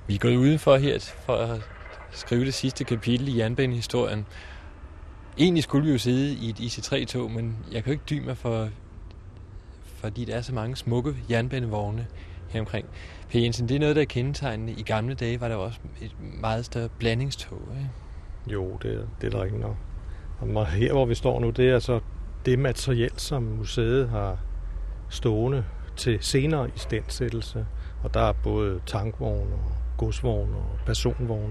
Vi er gået udenfor her for at skrive det sidste kapitel i jernbanehistorien. Egentlig skulle vi jo sidde i et IC3-tog, men jeg kan jo ikke dy mig fordi der er så mange smukke jernbanevogne her omkring. Per Jensen, det er noget, der er kendetegnende. I gamle dage var der også et meget større blandingstog, ikke? Jo, det er der ikke nok. Og her, hvor vi står nu, det er altså det materiel, som museet har stående til senere istandsættelse. Og der er både tankvogne og godsvogne og personvogne.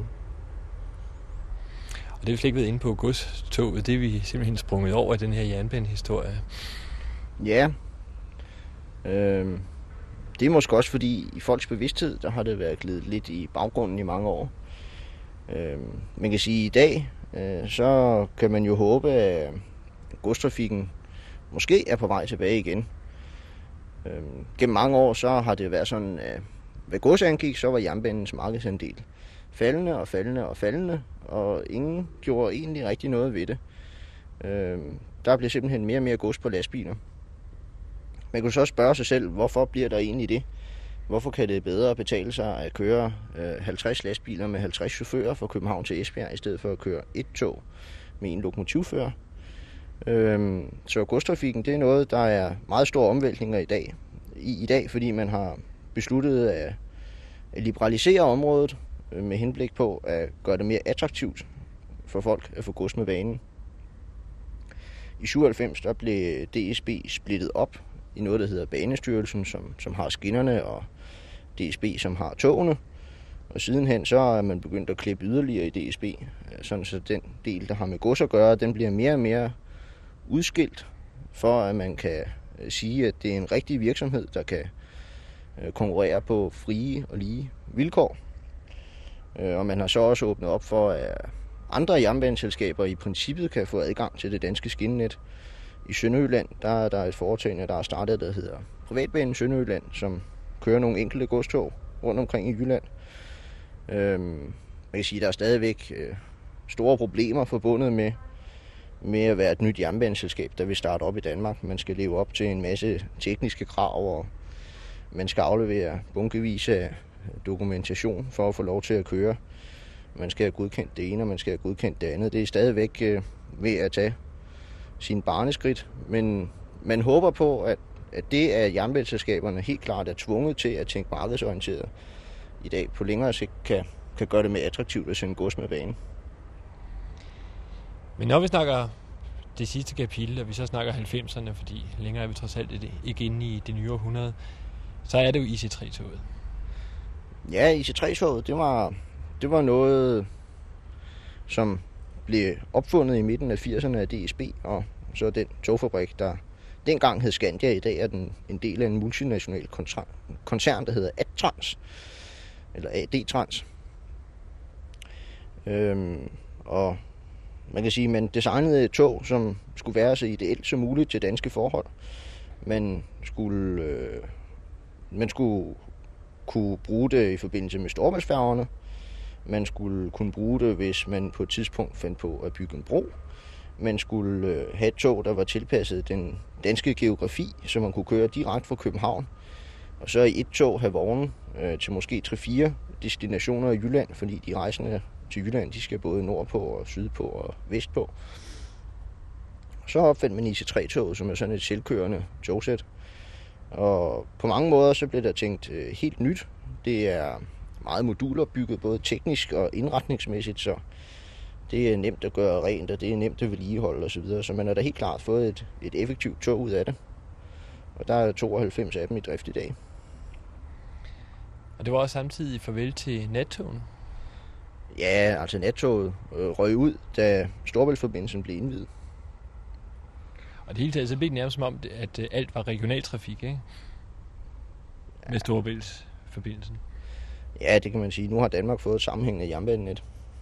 Og det er vi slet ikke været inde på godstoget. Det er vi simpelthen sprunget over i den her jernbanehistorie. Ja. Det er måske også fordi i folks bevidsthed, der har det været glædet lidt i baggrunden i mange år. Man kan sige, at i dag, så kan man jo håbe, at godstrafikken måske er på vej tilbage igen. Gennem mange år, så har det været sådan, at hvad gods angik, så var jernbanens markedsandel faldende og faldende og faldende, og ingen gjorde egentlig rigtig noget ved det. Der blev simpelthen mere og mere gods på lastbiler. Man kunne så spørge sig selv, hvorfor bliver der egentlig det? Hvorfor kan det bedre betale sig at køre 50 lastbiler med 50 chauffører fra København til Esbjerg, i stedet for at køre et tog med en lokomotivfører? Så godstrafikken, det er noget, der er meget store omvæltninger i dag, fordi man har besluttet at liberalisere området med henblik på at gøre det mere attraktivt for folk at få gods med banen. I 97 der blev DSB splittet op i noget, der hedder Banestyrelsen, som har skinnerne, og DSB, som har togene. Og sidenhen så er man begyndt at klippe yderligere i DSB, sådan så den del, der har med gods at gøre, den bliver mere og mere udskilt, for at man kan sige, at det er en rigtig virksomhed, der kan konkurrere på frie og lige vilkår. Og man har så også åbnet op for, at andre jernbaneselskaber i princippet kan få adgang til det danske skinnenet. I Sønderjylland, der er der et foretagende, der er startet, der hedder Privatbanen Sønderjylland, som kører nogle enkelte godstog rundt omkring i Jylland. Man kan sige, at der er stadigvæk store problemer forbundet med at være et nyt jernbaneselskab, der vil starte op i Danmark. Man skal leve op til en masse tekniske krav, og man skal aflevere bunkevis af dokumentation for at få lov til at køre. Man skal have godkendt det ene, og man skal have godkendt det andet. Det er stadigvæk ved at tage sine barneskridt, men man håber på, at det, at jernbaneselskaberne helt klart er tvunget til at tænke markedsorienteret i dag, på længere sigt kan gøre det mere attraktivt at sende gods med banen. Men når vi snakker det sidste kapitel, og vi så snakker 90'erne, fordi længere er vi trods alt ikke inde i det nye århundrede, så er det jo IC3-toget. Ja, IC3-toget, det var noget, som blev opfundet i midten af 80'erne af DSB, og så den togfabrik, der dengang hed Scandia, i dag er den en del af en multinational koncern, der hedder Adtrans, eller AD-Trans. Og man kan sige, at man designede et tog, som skulle være så ideelt som muligt til danske forhold. Man skulle kunne bruge det i forbindelse med Storebæltsfærgerne. Man skulle kunne bruge det, hvis man på et tidspunkt fandt på at bygge en bro. Man skulle have et tog, der var tilpasset den danske geografi, så man kunne køre direkte fra København. Og så i et tog have vogne til måske 3-4 destinationer i Jylland, fordi de rejsende til Jylland, de skal både nordpå og sydpå og vestpå. Så opfandt man IC3-toget, som er sådan et selvkørende togsæt. Og på mange måder så blev der tænkt helt nyt. Det er meget modulopbygget, både teknisk og indretningsmæssigt, så det er nemt at gøre rent, og det er nemt at vedligeholde osv. Så man har da helt klart fået et effektivt tog ud af det. Og der er 92 af dem i drift i dag. Og det var også samtidig farvel til nattogene? Ja, altså nattoget røg ud, da Storebæltsforbindelsen blev indviet. Og det hele taget så blev det nærmest som om, at alt var regionaltrafik, ikke? Med Storebæltsforbindelsen. Ja, det kan man sige. Nu har Danmark fået et sammenhængende jernbanenet.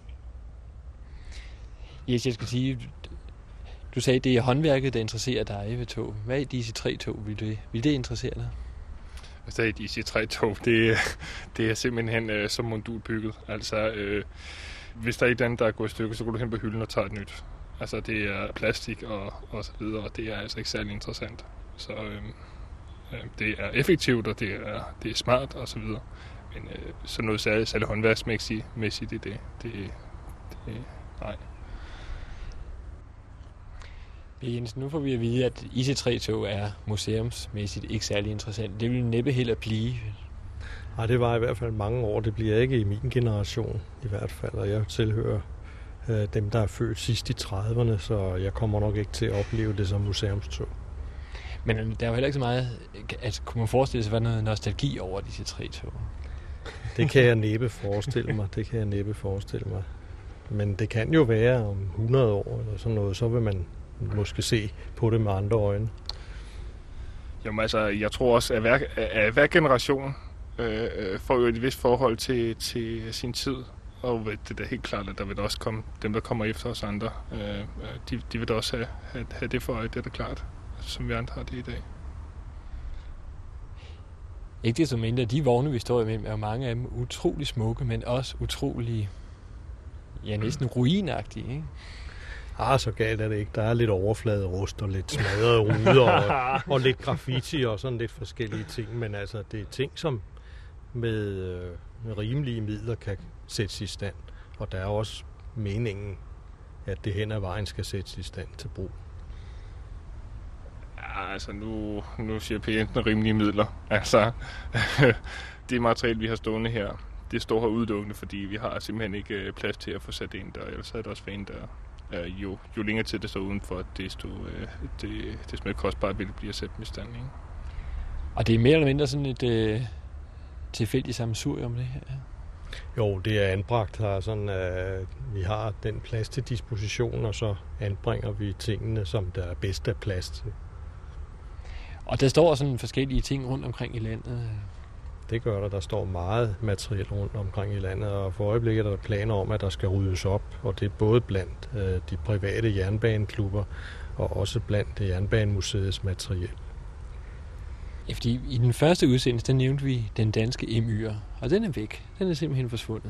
Yes, jeg skal sige, du sagde, at det er håndværket, der interesserer dig ved tog. Hvad er et IC3-tog? Vil det interessere dig? Altså et IC3-tog, det er simpelthen som modulbygget. Altså, hvis der er et andet, der er gået i stykker, så går du hen på hylden og tager et nyt. Altså, det er plastik og så videre, og det er altså ikke særlig interessant. Så det er effektivt, og det er smart og så videre. Men sådan noget særligt håndværksmæssigt i det. Nej. Jensen, nu får vi at vide, at IC3-tog er museumsmæssigt ikke særlig interessant. Det vil næppe heller blive. Nej, det var i hvert fald mange år. Det bliver ikke i min generation i hvert fald, og jeg tilhører dem, der er født sidst i 30'erne, så jeg kommer nok ikke til at opleve det som museumstog. Men der er jo heller ikke så meget... Altså, kunne man forestille sig, at der var noget nostalgi over disse 3-tog? Det kan jeg næppe forestille mig. Men det kan jo være om 100 år eller sådan noget, så vil man måske se på det med andre øjne. Jamen altså, jeg tror også, at hver generation får jo et vist forhold til sin tid. Og det er da helt klart, at der vil også komme dem, der kommer efter os andre. De vil da også have det for øje, det er da klart, som vi andre har det i dag. Ikke det som mindre, de vogne, vi står imellem, er jo mange af dem utrolig smukke, men også utrolig, næsten ruinagtige, ikke? Så galt er det ikke. Der er lidt overflade rust og lidt smadrede ruder og lidt graffiti og sådan lidt forskellige ting. Men altså, det er ting, som med rimelige midler kan sættes i stand. Og der er også meningen, at det hen ad vejen skal sættes i stand til brug. Ja, altså nu siger pænt rimelige midler. Altså, det materiale, vi har stående her, det står her udelukkende, fordi vi har simpelthen ikke plads til at få sat en der. Ellers er det også for en der. Jo længere tid det står udenfor, desto mere kostbart vil det blive at sætte dem i stand. Ikke? Og det er mere eller mindre sådan et tilfældigt sammensurium, det her? Jo, det er anbragt her, sådan vi har den plads til disposition, og så anbringer vi tingene, som der er bedst af plads til. Og der står sådan forskellige ting rundt omkring i landet? Det gør der. Der står meget materiel rundt omkring i landet, og for øjeblikket er der planer om, at der skal ryddes op, og det er både blandt de private jernbaneklubber og også blandt Jernbanemuseets materiel. Ja, fordi i den første udsendelse, der nævnte vi den danske MY'er, og den er væk. Den er simpelthen forsvundet.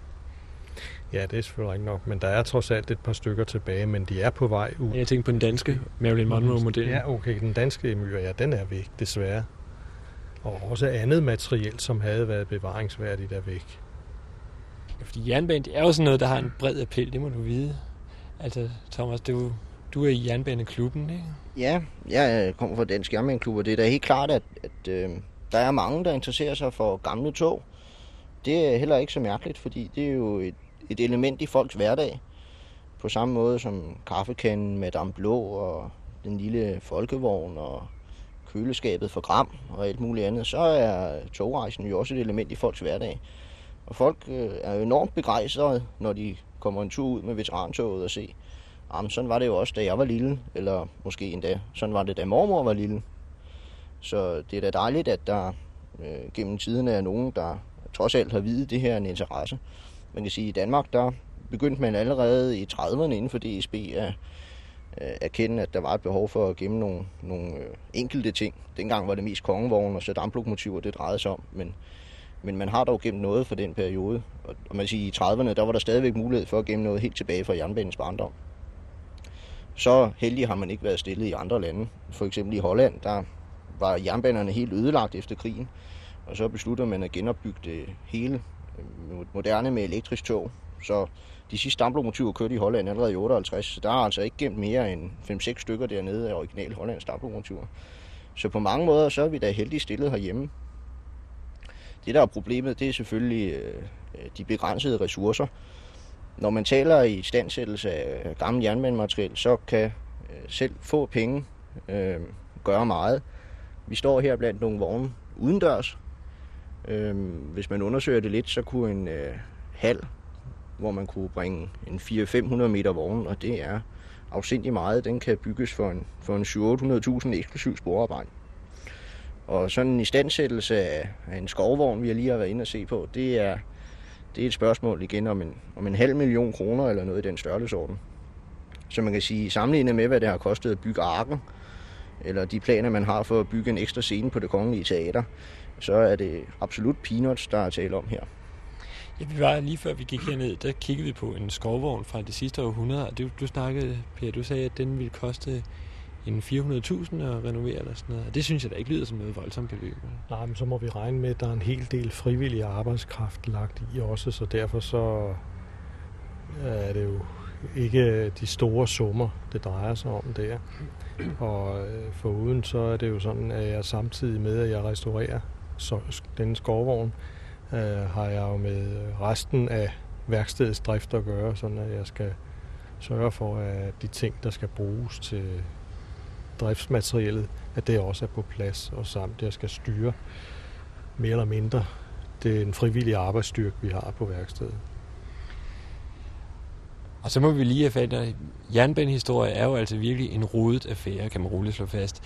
Ja, det er selvfølgelig ikke nok, men der er trods alt et par stykker tilbage, men de er på vej ud. Jeg tænker på den danske Marilyn Monroe-model. Ja, okay, den danske MY'er, ja, den er væk, desværre. Og også andet materiel, som havde været bevaringsværdigt, er væk. Ja, fordi jernbanen, det er jo sådan noget, der har en bred appel, det må du vide. Altså, Thomas, du er i jernbaneklubben, ikke? Ja, jeg kommer fra Dansk Jernbaneklub, og det er da helt klart, at der er mange, der interesserer sig for gamle tog. Det er heller ikke så mærkeligt, fordi det er jo et element i folks hverdag. På samme måde som kaffekanden, Madame Blå og den lille folkevogn og køleskabet for Gram og alt muligt andet, så er togrejsen jo også et element i folks hverdag. Og folk er jo enormt begejstrede, når de kommer en tur ud med veterantoget og se, sådan var det jo også, da jeg var lille, eller måske endda, sådan var det, da mormor var lille. Så det er da dejligt, at der gennem tiden er nogen, der trods alt har videt det her en interesse. Man kan sige, at i Danmark, der begyndte man allerede i 30'erne inden for DSB at erkende, at der var et behov for at gemme nogle enkelte ting. Dengang var det mest kongevogne og sedanlokomotiver, det drejede sig om, men man har dog gemt noget for den periode. Og man kan sige, at i 30'erne, der var der stadigvæk mulighed for at gemme noget helt tilbage fra jernbanens barndom. Så heldig har man ikke været stillet i andre lande. For eksempel i Holland, der var jernbanerne helt ødelagt efter krigen, og så besluttede man at genopbygge det hele moderne med elektrisk tog. Så de sidste damplokomotiver kørte i Holland allerede i 58, så der er altså ikke gemt mere end 5-6 stykker dernede af originale hollandske damplokomotiver. Så på mange måder, så er vi da heldigt stillet herhjemme. Det, der er problemet, det er selvfølgelig de begrænsede ressourcer. Når man taler i istandsættelse af gammel jernbanemateriel, så kan selv få penge gøre meget. Vi står her blandt nogle vogne udendørs. Hvis man undersøger det lidt, så kunne en hal, hvor man kunne bringe en 400-500 meter vogne, og det er afsindig meget, den kan bygges for en 700-800.000 eksklusiv sporarbejde. Og sådan en istandsættelse af en skovvogn, vi lige har været inde og se på, det er et spørgsmål igen om 500.000 kroner eller noget i den størrelsesorden. Så man kan sige, sammenlignet med, hvad det har kostet at bygge Arken, eller de planer, man har for at bygge en ekstra scene på Det Kongelige Teater, så er det absolut peanuts, der er tale om her. Ja, vi var lige før vi gik herned, der kiggede vi på en skovvogn fra det sidste århundrede, og du snakkede, Per, du sagde, at den ville koste en 400.000 at renovere eller sådan noget. Og det synes jeg da ikke lyder som noget voldsomt beløb. Nej, men så må vi regne med, at der er en hel del frivillig arbejdskraft lagt i også, så derfor så er det jo ikke de store summer, det drejer sig om der. Og foruden så er det jo sådan, at jeg samtidig med, at jeg restaurerer denne skovvogn, har jeg jo med resten af værkstedets drift at gøre, sådan at jeg skal sørge for, at de ting, der skal bruges til driftsmaterialet, at det også er på plads, og samt at jeg skal styre mere eller mindre den frivillige arbejdsstyrke, vi har på værkstedet. Og så må vi lige have fat i, jernbanehistorie er jo altså virkelig en rodet affære, kan man roligt slå fast.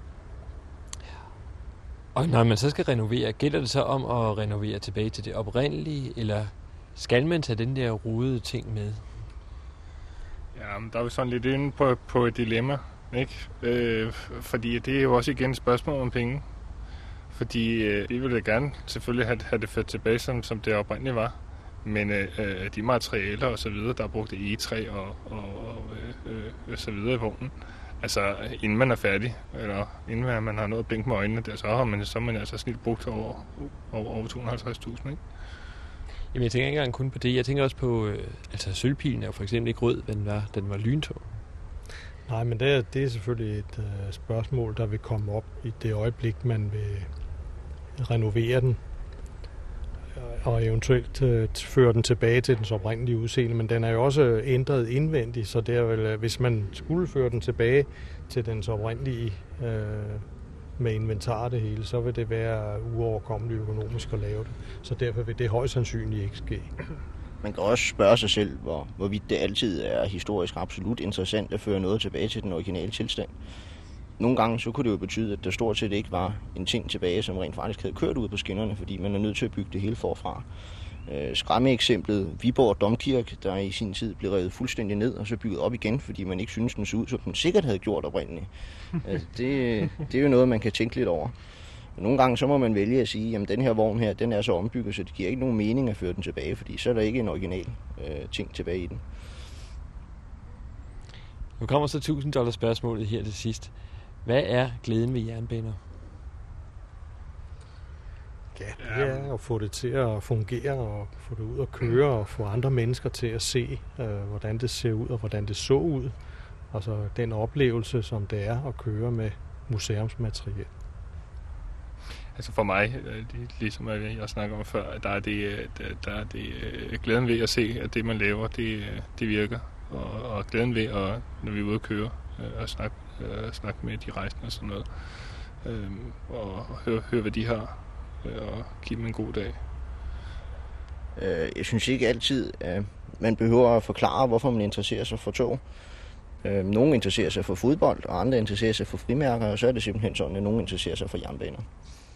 Og når man så skal renovere, gælder det så om at renovere tilbage til det oprindelige, eller skal man tage den der rodede ting med? Ja, men der er vi sådan lidt inde på et dilemma, ikke? Fordi det er jo også igen et spørgsmål om penge. Fordi vi ville da gerne selvfølgelig have det ført tilbage, som det oprindeligt var. Men de materialer og så videre, der er brugt i egetræ og så videre i vognen, altså inden man er færdig, eller inden man har noget at blinke med øjnene, der, så har man altså snit brugt over 250.000, ikke? Jamen jeg tænker ikke engang kun på det. Jeg tænker også på, altså sølvpilen er jo for eksempel ikke rød, den var lyntung. Nej, men det er selvfølgelig et spørgsmål, der vil komme op i det øjeblik, man vil renovere den, og eventuelt føre den tilbage til dens oprindelige udseende, men den er jo også ændret indvendigt, så det er vel, hvis man skulle føre den tilbage til dens oprindelige med inventar det hele, så vil det være uoverkommeligt økonomisk at lave det. Så derfor vil det højst sandsynligt ikke ske. Man kan også spørge sig selv, hvorvidt det altid er historisk absolut interessant at føre noget tilbage til den originale tilstand. Nogle gange så kunne det jo betyde, at der stort set ikke var en ting tilbage, som rent faktisk havde kørt ud på skinnerne, fordi man er nødt til at bygge det hele forfra. Skræmmeeksemplet Viborg Domkirke, der i sin tid blev revet fuldstændig ned og så bygget op igen, fordi man ikke synes den så ud, som den sikkert havde gjort oprindeligt. Det er jo noget, man kan tænke lidt over. Nogle gange så må man vælge at sige, at den her vogn her, den er så ombygget, så det giver ikke nogen mening at føre den tilbage, fordi så er der ikke en original ting tilbage i den. Nu kommer så $1.000 spørgsmålet her til sidst. Hvad er glæden ved jernbaner? Ja, det er at få det til at fungere og få det ud at køre og få andre mennesker til at se, hvordan det ser ud og hvordan det så ud. Altså den oplevelse, som det er at køre med museumsmateriel. Altså for mig, ligesom jeg snakker om før, der er det glæden ved at se, at det man laver, det virker. Og glæden ved, når vi er ude at køre og snakke med de rejsende og sådan noget, og høre hvad de har, og give dem en god dag. Jeg synes ikke altid, at man behøver at forklare, hvorfor man interesserer sig for tog. Nogle interesserer sig for fodbold, og andre interesserer sig for frimærker, og så er det simpelthen sådan, at nogle interesserer sig for jernbaner.